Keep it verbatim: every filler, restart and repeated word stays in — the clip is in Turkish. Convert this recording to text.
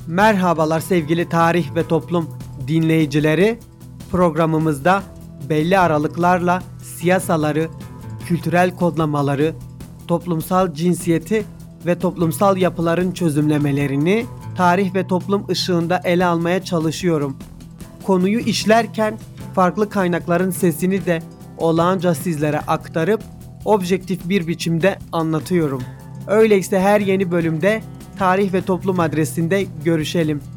Merhabalar sevgili tarih ve toplum dinleyicileri. Programımızda belli aralıklarla siyasaları, kültürel kodlamaları, toplumsal cinsiyeti ve toplumsal yapıların çözümlemelerini tarih ve toplum ışığında ele almaya çalışıyorum. Konuyu işlerken farklı kaynakların sesini de olağanca sizlere aktarıp objektif bir biçimde anlatıyorum. Öyleyse her yeni bölümde Tarih ve Toplum adresinde görüşelim.